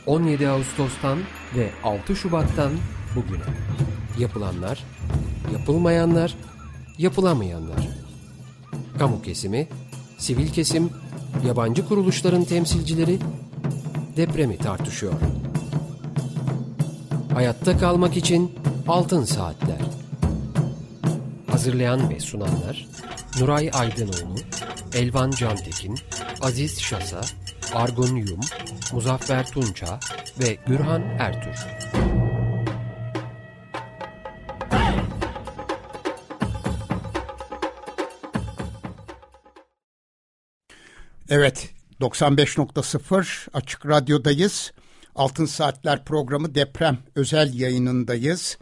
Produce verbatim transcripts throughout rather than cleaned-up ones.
on yedi Ağustos'tan ve altı Şubat'tan bugüne. Yapılanlar, yapılmayanlar, yapılamayanlar. Kamu kesimi, sivil kesim, yabancı kuruluşların temsilcileri depremi tartışıyor. Hayatta kalmak için Altın Saatler. Hazırlayan ve sunanlar Nuray Aydınoğlu, Elvan Cantekin, Aziz Şasa, Argun Yum, Muzaffer Tunça ve Gürhan Ertür. Evet, doksan beş nokta sıfır Açık Radyo'dayız. Altın Saatler programı deprem özel yayınındayız.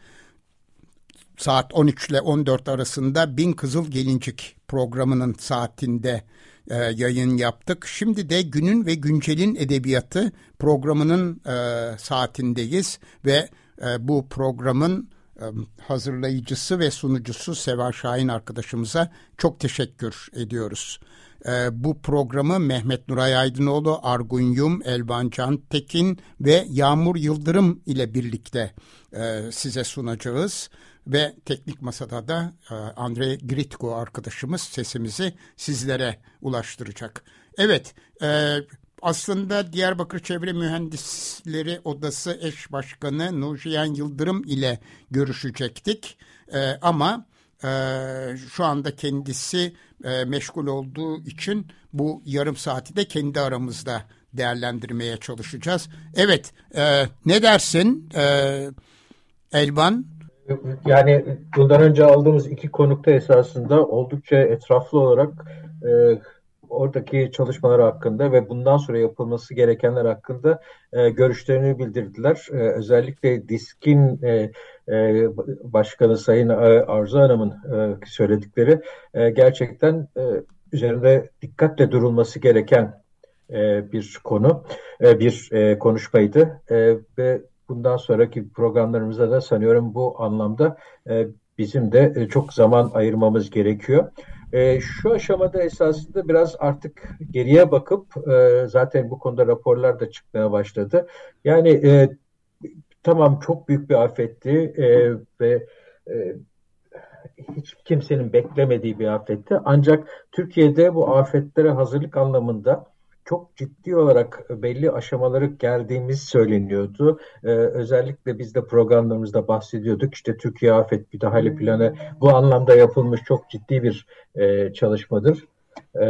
Saat on üç ile on dört arasında Bin Kızıl Gelincik programının saatinde e, yayın yaptık. Şimdi de Günün ve Güncel'in Edebiyatı programının e, saatindeyiz ve e, bu programın e, hazırlayıcısı ve sunucusu Seva Şahin arkadaşımıza çok teşekkür ediyoruz. E, bu programı Mehmet Nuray Aydınoğlu, Argun Yum, Elvan Cantekin ve Yağmur Yıldırım ile birlikte e, size sunacağız. Ve teknik masada da e, Andrei Gritko arkadaşımız sesimizi sizlere ulaştıracak. Evet, e, aslında Diyarbakır Çevre Mühendisleri Odası Eş Başkanı Nurcihan Yıldırım ile görüşecektik. E, ama e, şu anda kendisi e, meşgul olduğu için bu yarım saati de kendi aramızda değerlendirmeye çalışacağız. Evet, e, ne dersin e, Elvan? Yani bundan önce aldığımız iki konukta esasında oldukça etraflı olarak e, oradaki çalışmalar hakkında ve bundan sonra yapılması gerekenler hakkında e, görüşlerini bildirdiler. E, özellikle DİSK'in e, e, Başkanı Sayın Arzu Hanım'ın e, söyledikleri e, gerçekten e, üzerinde dikkatle durulması gereken e, bir konu, e, bir e, konuşmaydı e, ve bundan sonraki programlarımızda da sanıyorum bu anlamda e, bizim de e, çok zaman ayırmamız gerekiyor. E, şu aşamada esasında biraz artık geriye bakıp e, zaten bu konuda raporlar da çıkmaya başladı. Yani e, tamam çok büyük bir afetti e, ve e, hiç kimsenin beklemediği bir afetti. Ancak Türkiye'de bu afetlere hazırlık anlamında çok ciddi olarak belli aşamaları geldiğimiz söyleniyordu. Ee, özellikle biz de programlarımızda bahsediyorduk. İşte Türkiye Afet Müdahale Planı bu anlamda yapılmış çok ciddi bir e, çalışmadır. E,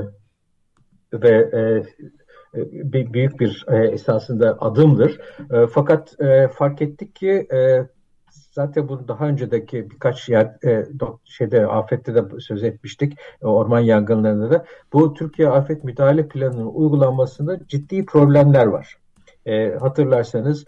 ve e, bir, büyük bir e, esasında adımdır. E, fakat e, fark ettik ki e, zaten bunu daha önceki birkaç yer e, şeyde afette de söz etmiştik, e, orman yangınlarında da. Bu Türkiye Afet Müdahale Planı'nın uygulanmasında ciddi problemler var. E, hatırlarsanız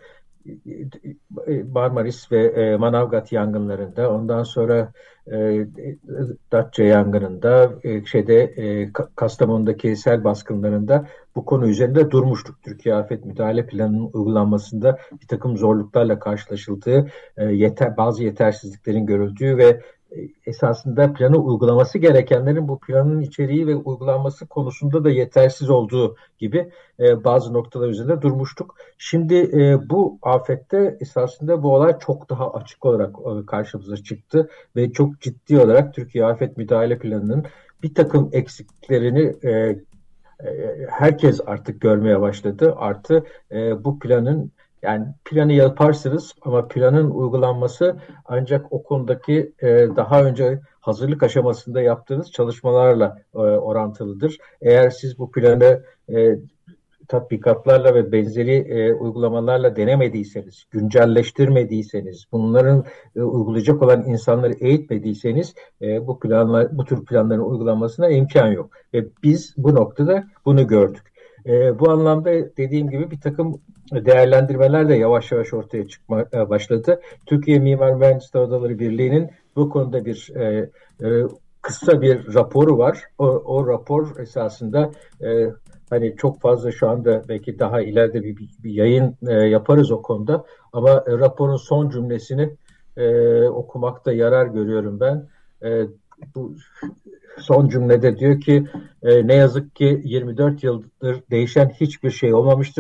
Marmaris ve e, Manavgat yangınlarında, ondan sonra e, Datça yangınında, e, şeyde e, Kastamonu'daki sel baskınlarında bu konu üzerinde durmuştuk. Türkiye Afet Müdahale Planı'nın uygulanmasında bir takım zorluklarla karşılaşıldığı, e, yeter, bazı yetersizliklerin görüldüğü ve esasında planı uygulaması gerekenlerin bu planın içeriği ve uygulanması konusunda da yetersiz olduğu gibi e, bazı noktalar üzerinde durmuştuk. Şimdi e, bu afette esasında bu olay çok daha açık olarak e, karşımıza çıktı ve çok ciddi olarak Türkiye Afet Müdahale Planı'nın bir takım eksiklerini e, e, herkes artık görmeye başladı. Artı e, bu planın Yani planı yaparsınız ama planın uygulanması ancak o konudaki e, daha önce hazırlık aşamasında yaptığınız çalışmalarla e, orantılıdır. Eğer siz bu planı e, tatbikatlarla ve benzeri e, uygulamalarla denemediyseniz, güncelleştirmediyseniz, bunların e, uygulayacak olan insanları eğitmediyseniz e, bu planlar, bu tür planların uygulanmasına imkan yok. Ve biz bu noktada bunu gördük. E, bu anlamda dediğim gibi bir takım değerlendirmeler de yavaş yavaş ortaya çıkmaya başladı. Türkiye Mimar Mühendisler Odaları Birliği'nin bu konuda bir e, e, kısa bir raporu var. O, o rapor esasında e, hani çok fazla şu anda belki daha ileride bir, bir, bir yayın e, yaparız o konuda. Ama e, raporun son cümlesini e, okumakta yarar görüyorum ben. E, bu son cümlede diyor ki e, ne yazık ki yirmi dört yıldır değişen hiçbir şey olmamıştır.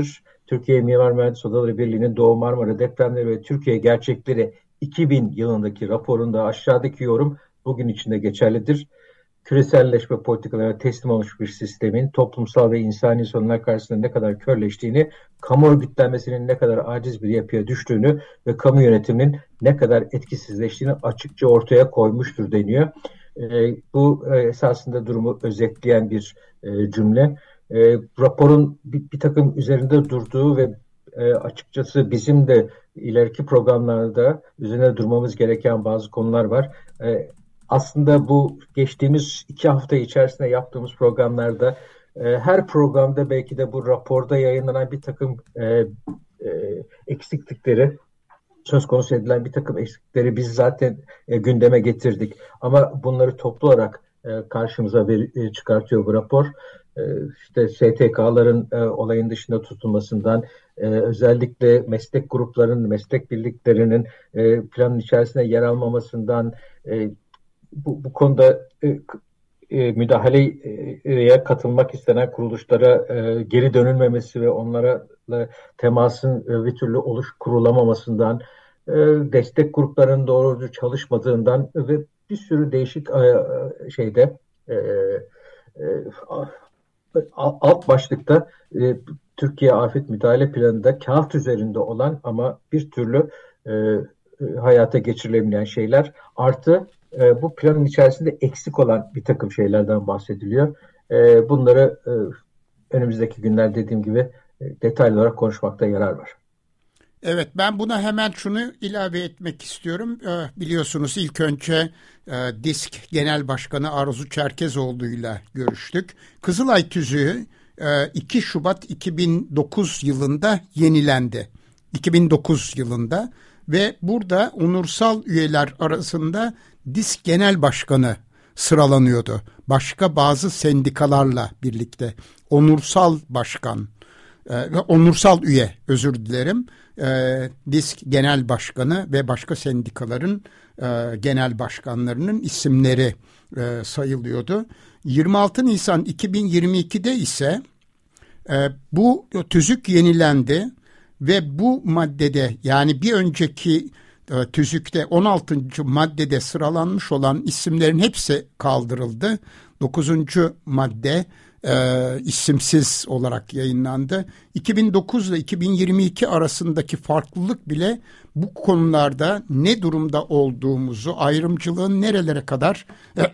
Türkiye Mimar Mühendis Odaları Birliği'nin Doğu Marmara depremleri ve Türkiye gerçekleri iki bin yılındaki raporunda aşağıdaki yorum bugün içinde geçerlidir. Küreselleşme politikalarına teslim olmuş bir sistemin toplumsal ve insani sorunlar karşısında ne kadar körleştiğini, kamu örgütlenmesinin ne kadar aciz bir yapıya düştüğünü ve kamu yönetiminin ne kadar etkisizleştiğini açıkça ortaya koymuştur deniyor. E, bu e, esasında durumu özetleyen bir e, cümle. E, raporun bir, bir takım üzerinde durduğu ve e, açıkçası bizim de ileriki programlarda üzerine durmamız gereken bazı konular var. E, aslında bu geçtiğimiz iki hafta içerisinde yaptığımız programlarda e, her programda belki de bu raporda yayınlanan bir takım e, e, eksiklikleri, söz konusu edilen bir takım eksiklikleri biz zaten e, gündeme getirdik. Ama bunları toplu olarak e, karşımıza bir, e, çıkartıyor bu rapor. E, işte S T K'ların e, olayın dışında tutulmasından, e, özellikle meslek gruplarının, meslek birliklerinin e, planın içerisinde yer almamasından, e, bu, bu konuda e, e, müdahaleye katılmak istenen kuruluşlara e, geri dönülmemesi ve onlara temasın e, bir türlü oluş kurulamamasından, e, destek gruplarının doğru çalışmadığından ve bir sürü değişik e, şeyde e, e, alt başlıkta e, Türkiye Afet Müdahale Planı'nda kağıt üzerinde olan ama bir türlü e, hayata geçirilemeyen şeyler, artı e, bu planın içerisinde eksik olan bir takım şeylerden bahsediliyor. E, bunları e, önümüzdeki günler dediğim gibi e, detaylı olarak konuşmakta yarar var. Evet, ben buna hemen şunu ilave etmek istiyorum. Ee, biliyorsunuz ilk önce e, DİSK Genel Başkanı Arzu Çerkezoğlu'yla görüştük. Kızılay Tüzüğü e, iki Şubat iki bin dokuz yılında yenilendi. iki bin dokuz yılında ve burada onursal üyeler arasında DİSK Genel Başkanı sıralanıyordu. Başka bazı sendikalarla birlikte onursal başkan ve onursal üye, özür dilerim, e, DİSK Genel Başkanı ve başka sendikaların e, genel başkanlarının isimleri e, sayılıyordu. yirmi altı Nisan iki bin yirmi ikide ise e, bu tüzük yenilendi ve bu maddede, yani bir önceki e, tüzükte on altıncı maddede sıralanmış olan isimlerin hepsi kaldırıldı. dokuzuncu madde E, isimsiz olarak yayınlandı. iki bin dokuz ile iki bin yirmi iki arasındaki farklılık bile bu konularda ne durumda olduğumuzu, ayrımcılığın nerelere kadar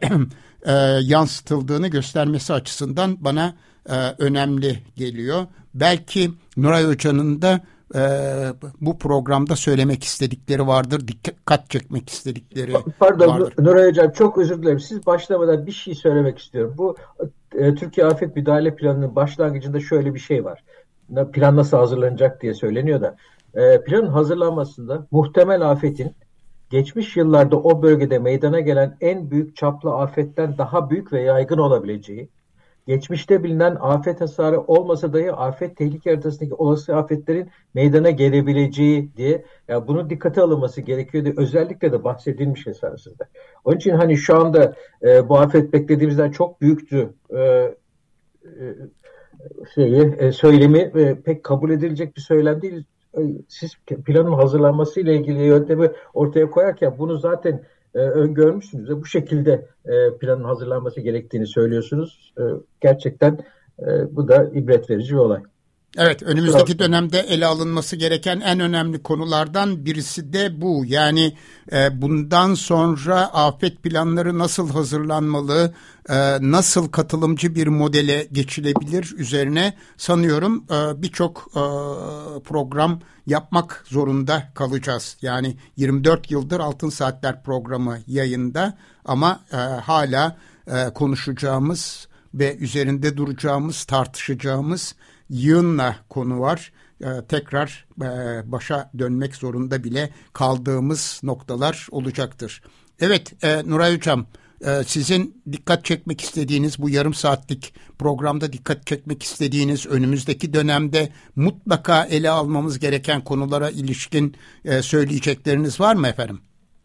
e, yansıtıldığını göstermesi açısından bana e, önemli geliyor. Belki Nuray Hoca'nın da e, bu programda söylemek istedikleri vardır, dikkat çekmek istedikleri Pardon, vardır. Nuray Hocam, çok özür dilerim. Siz başlamadan bir şey söylemek istiyorum. Bu e, Türkiye Afet Müdahale Planı'nın başlangıcında şöyle bir şey var. Plan nasıl hazırlanacak diye söyleniyor da. E, planın hazırlanmasında muhtemel afetin geçmiş yıllarda o bölgede meydana gelen en büyük çaplı afetten daha büyük ve yaygın olabileceği, geçmişte bilinen afet hasarı olmasa dahi afet tehlike haritasındaki olası afetlerin meydana gelebileceği diye, yani bunun dikkate alınması gerekiyor diye özellikle de bahsedilmiş esasında. Onun için hani şu anda e, bu afet beklediğimizden çok büyüktü e, e, şeyi e, söylemi e, pek kabul edilecek bir söylem değil. E, siz planın hazırlanması ile ilgili yöntemi ortaya koyarken bunu zaten e, öngörmüşsünüz ve bu şekilde e, planın hazırlanması gerektiğini söylüyorsunuz. E, gerçekten e, bu da ibret verici bir olay. Evet, önümüzdeki dönemde ele alınması gereken en önemli konulardan birisi de bu. Yani e, bundan sonra afet planları nasıl hazırlanmalı, e, nasıl katılımcı bir modele geçilebilir üzerine sanıyorum e, birçok e, program yapmak zorunda kalacağız. Yani yirmi dört yıldır Altın Saatler programı yayında ama e, hala e, konuşacağımız ve üzerinde duracağımız, tartışacağımız yığınla konu var. Ee, tekrar e, başa dönmek zorunda bile kaldığımız noktalar olacaktır. Evet e, Nuray Hocam, e, sizin dikkat çekmek istediğiniz, bu yarım saatlik programda dikkat çekmek istediğiniz, önümüzdeki dönemde mutlaka ele almamız gereken konulara ilişkin e, söyleyecekleriniz var mı efendim?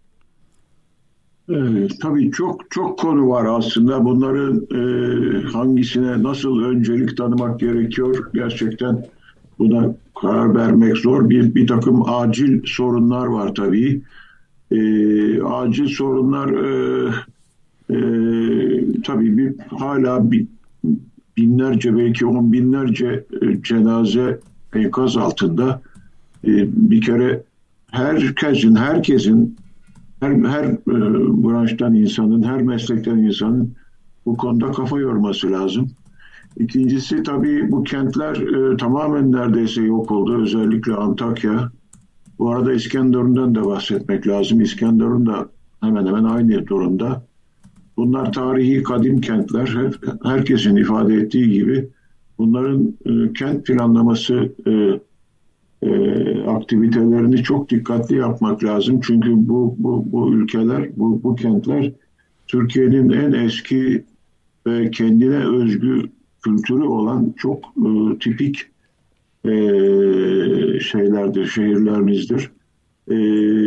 Evet, tabii çok çok konu var aslında. Bunların e, hangisine nasıl öncelik tanımak gerekiyor gerçekten Buna karar vermek zor. Bir, bir takım acil sorunlar var tabii. E, acil sorunlar e, e, tabii bir, hala bir, binlerce belki on binlerce e, cenaze enkaz altında. E, bir kere herkesin herkesin her, her e, branştan insanın, her meslekten insanın bu konuda kafa yorması lazım. İkincisi tabii bu kentler e, tamamen neredeyse yok oldu. Özellikle Antakya. Bu arada İskenderun'dan da bahsetmek lazım. İskenderun da hemen hemen aynı durumda. Bunlar tarihi kadim kentler. Her, herkesin ifade ettiği gibi bunların e, kent planlaması e, e, aktivitelerini çok dikkatli yapmak lazım. Çünkü bu bu bu ülkeler, bu bu kentler Türkiye'nin en eski ve kendine özgü kültürü olan çok e, tipik e, şeylerdir, şehirlerimizdir. E,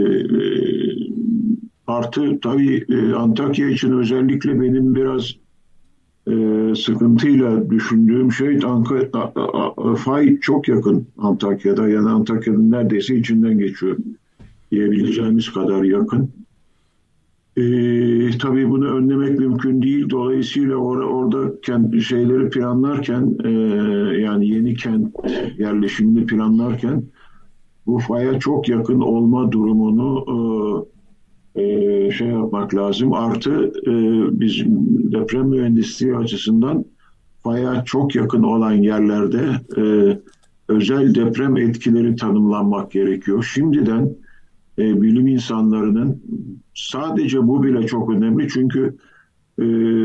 artı tabii e, Antakya için özellikle benim biraz e, sıkıntıyla düşündüğüm şey Anka, a, a, a, fay çok yakın Antakya'da, yani Antakya'nın neredeyse içinden geçiyor diyebileceğimiz kadar yakın. Ee, tabii bunu önlemek mümkün değil. Dolayısıyla or- orada kent şeyleri planlarken e, yani yeni kent yerleşimini planlarken bu faya çok yakın olma durumunu e, e, şey yapmak lazım. Artı e, biz deprem mühendisliği açısından faya çok yakın olan yerlerde e, özel deprem etkileri tanımlanmak gerekiyor. Şimdiden e, bilim insanlarının sadece bu bile çok önemli çünkü e,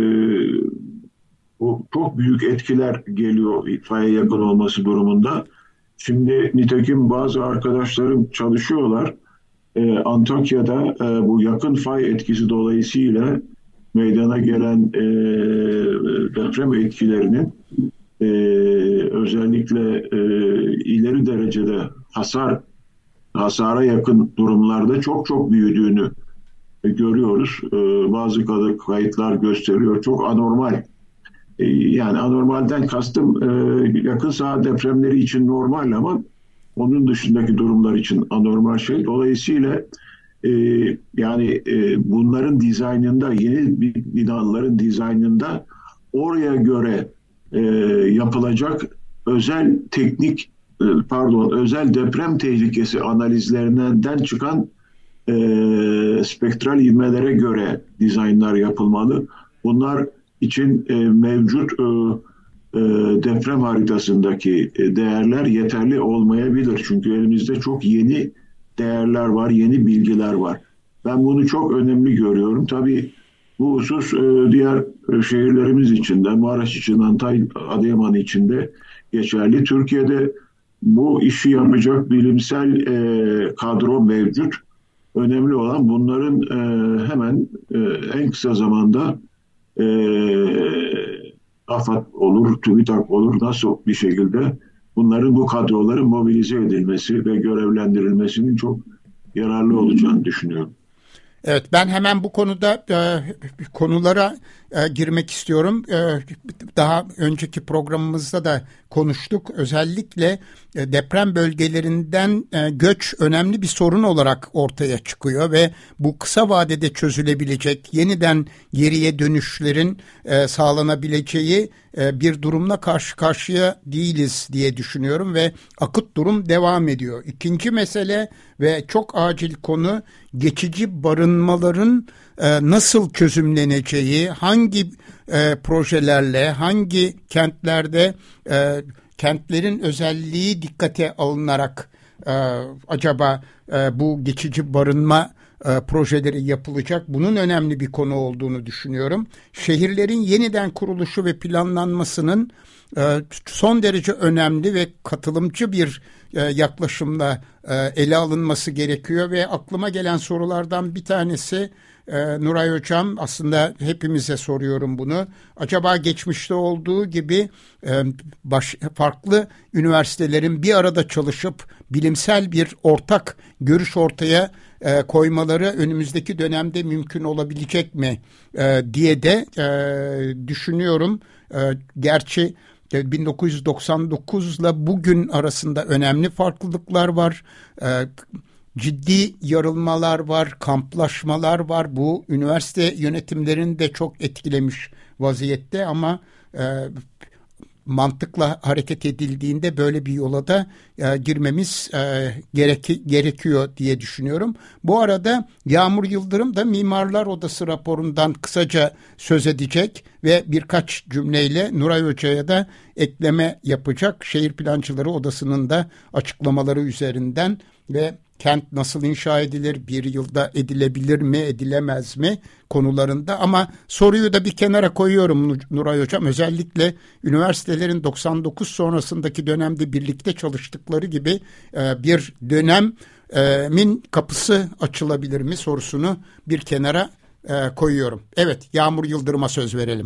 o çok büyük etkiler geliyor faya yakın olması durumunda. Şimdi nitekim bazı arkadaşlarım çalışıyorlar. E, Antakya'da e, bu yakın fay etkisi dolayısıyla meydana gelen e, deprem etkilerinin e, özellikle e, ileri derecede hasar hasara yakın durumlarda çok çok büyüdüğünü görüyoruz. Bazı kayıtlar gösteriyor. Çok anormal. Yani anormalden kastım yakın saat depremleri için normal ama onun dışındaki durumlar için anormal şey. Dolayısıyla yani bunların dizaynında, yeni binaların dizaynında oraya göre yapılacak özel teknik pardon özel deprem tehlikesi analizlerinden çıkan e, spektral ivmelere göre dizaynlar yapılmalı. Bunlar için e, mevcut e, e, deprem haritasındaki e, değerler yeterli olmayabilir. Çünkü elimizde çok yeni değerler var, yeni bilgiler var. Ben bunu çok önemli görüyorum. Tabii bu husus e, diğer şehirlerimiz için de, Maraş için, Antalya, Adıyaman için de geçerli. Türkiye'de bu işi yapacak bilimsel e, kadro mevcut. Önemli olan bunların e, hemen e, en kısa zamanda e, AFAD olur, TÜBİTAK olur, nasıl bir şekilde bunların bu kadroların mobilize edilmesi ve görevlendirilmesinin çok yararlı olacağını düşünüyorum. Evet, ben hemen bu konuda e, konulara e, girmek istiyorum. E, daha önceki programımızda da konuştuk. Özellikle e, deprem bölgelerinden e, göç önemli bir sorun olarak ortaya çıkıyor ve bu kısa vadede çözülebilecek, yeniden geriye dönüşlerin e, sağlanabileceği e, bir durumla karşı karşıya değiliz diye düşünüyorum ve akut durum devam ediyor. İkinci mesele ve çok acil konu geçici barınmaların e, nasıl çözümleneceği, hangi e, projelerle, hangi kentlerde e, kentlerin özelliği dikkate alınarak e, acaba e, bu geçici barınma e, projeleri yapılacak. Bunun önemli bir konu olduğunu düşünüyorum. Şehirlerin yeniden kuruluşu ve planlanmasının e, son derece önemli ve katılımcı bir e, yaklaşımla e, ele alınması gerekiyor ve aklıma gelen sorulardan bir tanesi e, Nuray Hocam, aslında hepimize soruyorum bunu. Acaba geçmişte olduğu gibi e, baş, farklı üniversitelerin bir arada çalışıp bilimsel bir ortak görüş ortaya e, koymaları önümüzdeki dönemde mümkün olabilecek mi e, diye de e, düşünüyorum. E, gerçi bin dokuz yüz doksan dokuzla bugün arasında önemli farklılıklar var. E, ciddi yarılmalar var, kamplaşmalar var. Bu üniversite yönetimlerini de çok etkilemiş vaziyette ama e, mantıkla hareket edildiğinde böyle bir yola da e, girmemiz e, gereki, gerekiyor diye düşünüyorum. Bu arada Yağmur Yıldırım da Mimarlar Odası raporundan kısaca söz edecek ve birkaç cümleyle Nuray Hoca'ya da ekleme yapacak. Şehir Plancıları Odası'nın da açıklamaları üzerinden ve kent nasıl inşa edilir, bir yılda edilebilir mi, edilemez mi konularında. Ama soruyu da bir kenara koyuyorum Nuray Hocam. Özellikle üniversitelerin doksan dokuz sonrasındaki dönemde birlikte çalıştıkları gibi bir dönemin kapısı açılabilir mi sorusunu bir kenara koyuyorum. Evet, Yağmur Yıldırım'a söz verelim.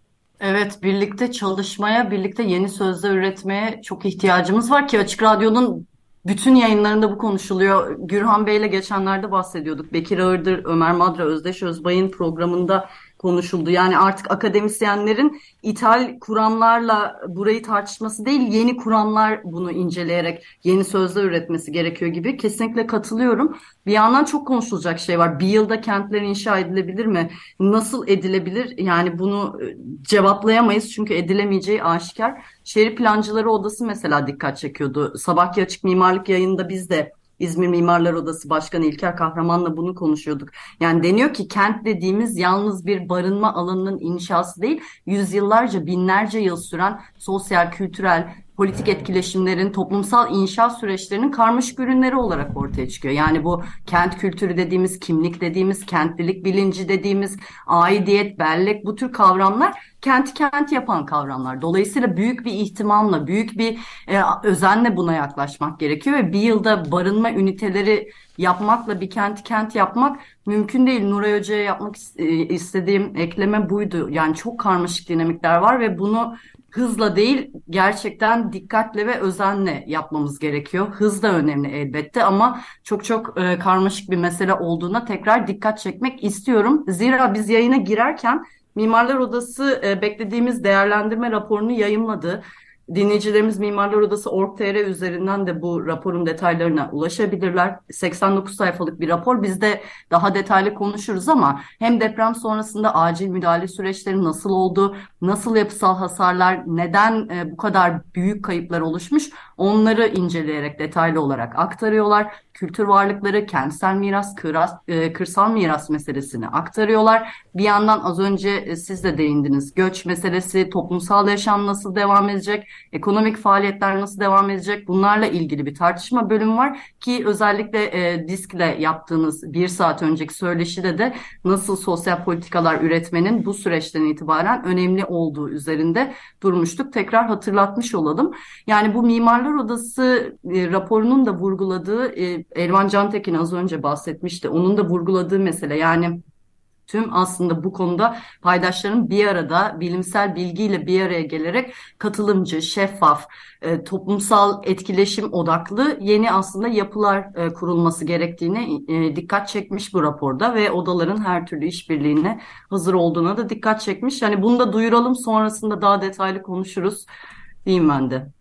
Evet, birlikte çalışmaya, birlikte yeni sözler üretmeye çok ihtiyacımız var ki Açık Radyo'nun bütün yayınlarında bu konuşuluyor. Gürhan Bey'le geçenlerde bahsediyorduk. Bekir Ağırdır, Ömer Madra, Özdeş Özbay'ın programında konuşuldu. Yani artık akademisyenlerin ithal kuramlarla burayı tartışması değil, yeni kuramlar bunu inceleyerek yeni sözler üretmesi gerekiyor gibi. Kesinlikle katılıyorum. Bir yandan çok konuşulacak şey var. Bir yılda kentler inşa edilebilir mi? Nasıl edilebilir? Yani bunu cevaplayamayız çünkü edilemeyeceği aşikar. Şehir Plancıları Odası mesela dikkat çekiyordu. Sabahki Açık Mimarlık yayında biz de İzmir Mimarlar Odası Başkanı İlker Kahraman'la bunu konuşuyorduk. Yani deniyor ki kent dediğimiz yalnız bir barınma alanının inşası değil, yüzyıllarca, binlerce yıl süren sosyal, kültürel, politik etkileşimlerin, toplumsal inşa süreçlerinin karmaşık ürünleri olarak ortaya çıkıyor. Yani bu kent kültürü dediğimiz, kimlik dediğimiz, kentlilik bilinci dediğimiz, aidiyet, bellek, bu tür kavramlar kenti kent yapan kavramlar. Dolayısıyla büyük bir ihtimamla, büyük bir e, özenle buna yaklaşmak gerekiyor ve bir yılda barınma üniteleri yapmakla bir kenti kent yapmak mümkün değil. Nuray Hoca'ya yapmak istediğim ekleme buydu. Yani çok karmaşık dinamikler var ve bunu hızla değil, gerçekten dikkatle ve özenle yapmamız gerekiyor. Hız da önemli elbette ama çok çok e, karmaşık bir mesele olduğuna tekrar dikkat çekmek istiyorum. Zira biz yayına girerken Mimarlar Odası e, beklediğimiz değerlendirme raporunu yayımladı. Dinleyicilerimiz Mimarlar Odası nokta org nokta tr üzerinden de bu raporun detaylarına ulaşabilirler. seksen dokuz sayfalık bir rapor. Biz de daha detaylı konuşuruz ama hem deprem sonrasında acil müdahale süreçleri nasıl oldu, nasıl yapısal hasarlar, neden bu kadar büyük kayıplar oluşmuş, onları inceleyerek detaylı olarak aktarıyorlar. Kültür varlıkları, kentsel miras, kıras, e, kırsal miras meselesini aktarıyorlar. Bir yandan az önce e, siz de değindiniz. Göç meselesi, toplumsal yaşam nasıl devam edecek, ekonomik faaliyetler nasıl devam edecek, bunlarla ilgili bir tartışma bölümü var ki özellikle e, DİSK'le yaptığınız bir saat önceki söyleşide de nasıl sosyal politikalar üretmenin bu süreçten itibaren önemli olduğu üzerinde durmuştuk. Tekrar hatırlatmış olalım. Yani bu Mimarlar Odası e, raporunun da vurguladığı, e, Elvan Cantekin az önce bahsetmişti, onun da vurguladığı mesele, yani tüm aslında bu konuda paydaşların bir arada bilimsel bilgiyle bir araya gelerek katılımcı, şeffaf, e, toplumsal etkileşim odaklı yeni aslında yapılar e, kurulması gerektiğine e, dikkat çekmiş bu raporda ve odaların her türlü işbirliğine hazır olduğuna da dikkat çekmiş. Yani bunu da duyuralım, sonrasında daha detaylı konuşuruz diyeyim ben de.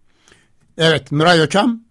Evet, Nuray Hocam.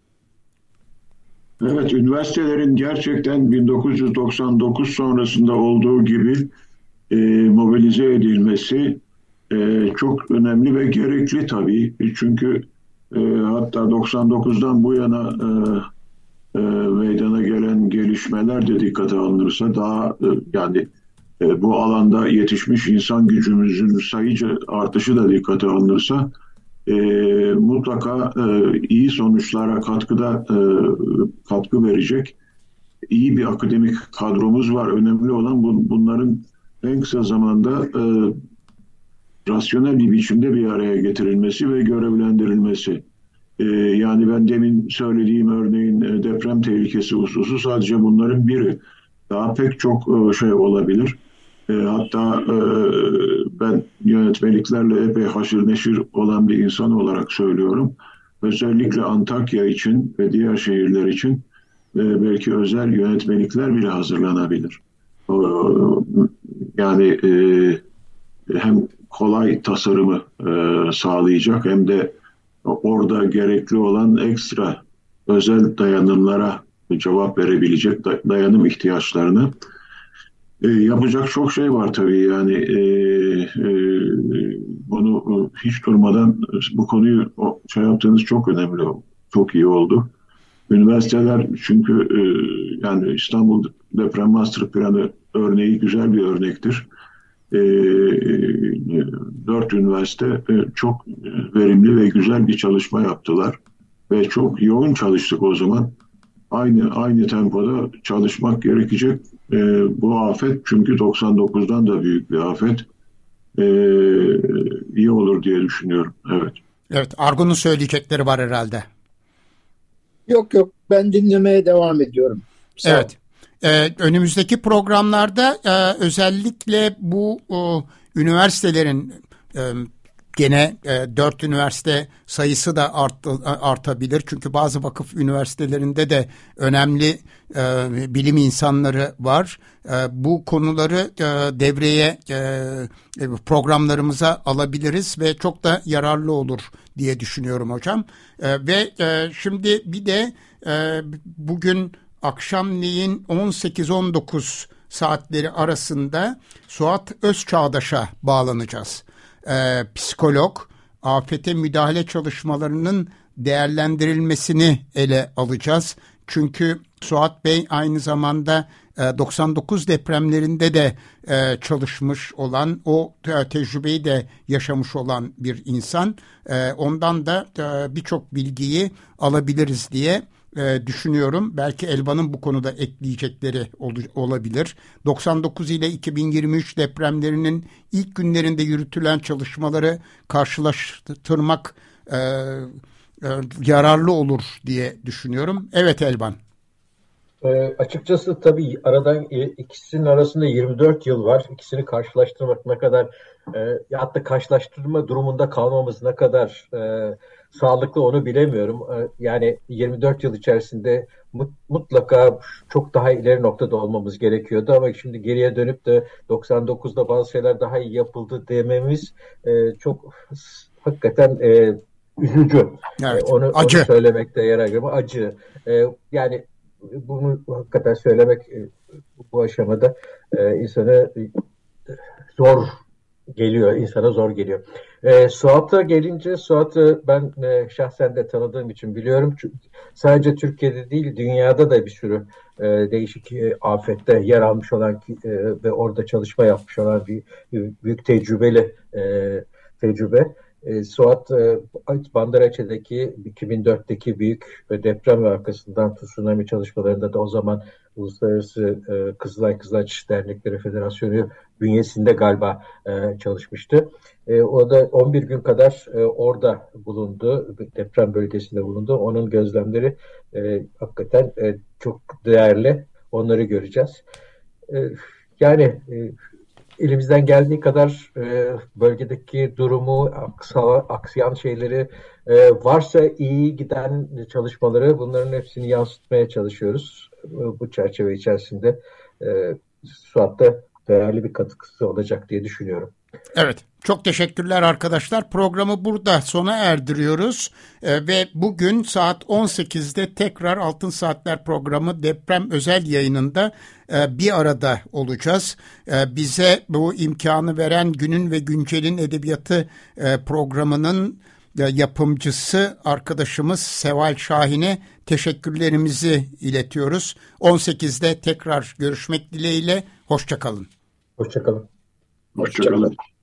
Evet, üniversitelerin gerçekten bin dokuz yüz doksan dokuz sonrasında olduğu gibi e, mobilize edilmesi e, çok önemli ve gerekli tabii. Çünkü e, hatta doksan dokuzdan bu yana e, e, meydana gelen gelişmeler de dikkate alınırsa daha e, yani e, bu alanda yetişmiş insan gücümüzün sayıca artışı da dikkate alınırsa E, mutlaka e, iyi sonuçlara katkıda e, katkı verecek iyi bir akademik kadromuz var. Önemli olan bu, bunların en kısa zamanda e, rasyonel bir biçimde bir araya getirilmesi ve görevlendirilmesi. E, yani ben demin söylediğim örneğin e, deprem tehlikesi hususu sadece bunların biri. Daha pek çok e, şey olabilir. E, hatta e, ben yönetmeliklerle epey haşır neşir olan bir insan olarak söylüyorum. Özellikle Antakya için ve diğer şehirler için e, belki özel yönetmelikler bile hazırlanabilir. E, yani e, hem kolay tasarımı e, sağlayacak hem de orada gerekli olan ekstra özel dayanımlara cevap verebilecek dayanım ihtiyaçlarını e, yapacak çok şey var tabii. Yani e, e, bunu hiç durmadan bu konuyu şey yaptığınız çok önemli, çok iyi oldu. Üniversiteler çünkü e, yani İstanbul Deprem Master Planı örneği güzel bir örnektir. E, dört üniversite e, çok verimli ve güzel bir çalışma yaptılar ve çok yoğun çalıştık o zaman. Aynı aynı tempoda çalışmak gerekecek. E, bu afet çünkü doksan dokuzdan da büyük bir afet. E, iyi olur diye düşünüyorum. Evet. Evet, Argun'un söyleyecekleri var herhalde. Yok yok, ben dinlemeye devam ediyorum. Sağ evet. Ee, önümüzdeki programlarda e, özellikle bu o, üniversitelerin e, gene e, dört üniversite sayısı da art, artabilir. Çünkü bazı vakıf üniversitelerinde de önemli e, bilim insanları var. E, bu konuları e, devreye e, programlarımıza alabiliriz ve çok da yararlı olur diye düşünüyorum hocam. E, ve e, şimdi bir de e, bugün akşamleyin on sekiz on dokuz saatleri arasında Suat Özçağdaş'a bağlanacağız. Ee, psikolog, afete müdahale çalışmalarının değerlendirilmesini ele alacağız. Çünkü Suat Bey aynı zamanda e, doksan dokuz depremlerinde de e, çalışmış olan, o e, tecrübeyi de yaşamış olan bir insan. E, ondan da e, birçok bilgiyi alabiliriz diye e, düşünüyorum. Belki Elvan'ın bu konuda ekleyecekleri ol, olabilir. doksan dokuz ile iki bin yirmi üç depremlerinin ilk günlerinde yürütülen çalışmaları karşılaştırmak e, e, yararlı olur diye düşünüyorum. Evet Elvan. E, açıkçası tabii aradan ikisinin arasında yirmi dört yıl var. İkisini karşılaştırmak ne kadar e, hatta karşılaştırma durumunda kalmamız ne kadar e, sağlıklı onu bilemiyorum. E, yani yirmi dört yıl içerisinde mut, mutlaka çok daha ileri noktada olmamız gerekiyordu ama şimdi geriye dönüp de doksan dokuzda bazı şeyler daha iyi yapıldı dememiz e, çok hakikaten e, üzücü. Evet, e, onu, acı. onu söylemekte yarar var. Acı. E, yani bunu hakikaten söylemek bu aşamada e, insana zor geliyor, insana zor geliyor. E, Suat'a gelince, Suat'ı ben e, şahsen de tanıdığım için biliyorum. Çünkü sadece Türkiye'de değil, dünyada da bir sürü e, değişik e, afette yer almış olan e, ve orada çalışma yapmış olan bir, bir büyük tecrübeli e, tecrübe. E, Suat e, Bandıracı'daki iki bin dörtteki büyük deprem ve arkasından tsunami çalışmalarında da o zaman Uluslararası e, Kızılay Kızılaç Dernekleri Federasyonu bünyesinde galiba e, çalışmıştı. E, o da on bir gün kadar e, orada bulundu, deprem bölgesinde bulundu. Onun gözlemleri e, hakikaten e, çok değerli. Onları göreceğiz. E, yani e, elimizden geldiği kadar e, bölgedeki durumu, aksa, aksayan şeyleri, e, varsa iyi giden çalışmaları, bunların hepsini yansıtmaya çalışıyoruz. E, bu çerçeve içerisinde e, Suat'ta değerli bir katkısı olacak diye düşünüyorum. Evet, çok teşekkürler arkadaşlar. Programı burada sona erdiriyoruz ee, ve bugün saat on sekizde tekrar Altın Saatler programı deprem özel yayınında e, bir arada olacağız. E, bize bu imkanı veren Günün ve Güncel'in Edebiyatı e, programının e, yapımcısı arkadaşımız Seval Şahin'e teşekkürlerimizi iletiyoruz. on sekizde tekrar görüşmek dileğiyle. Hoşça kalın. Hoşça kalın. Hoşça kalın.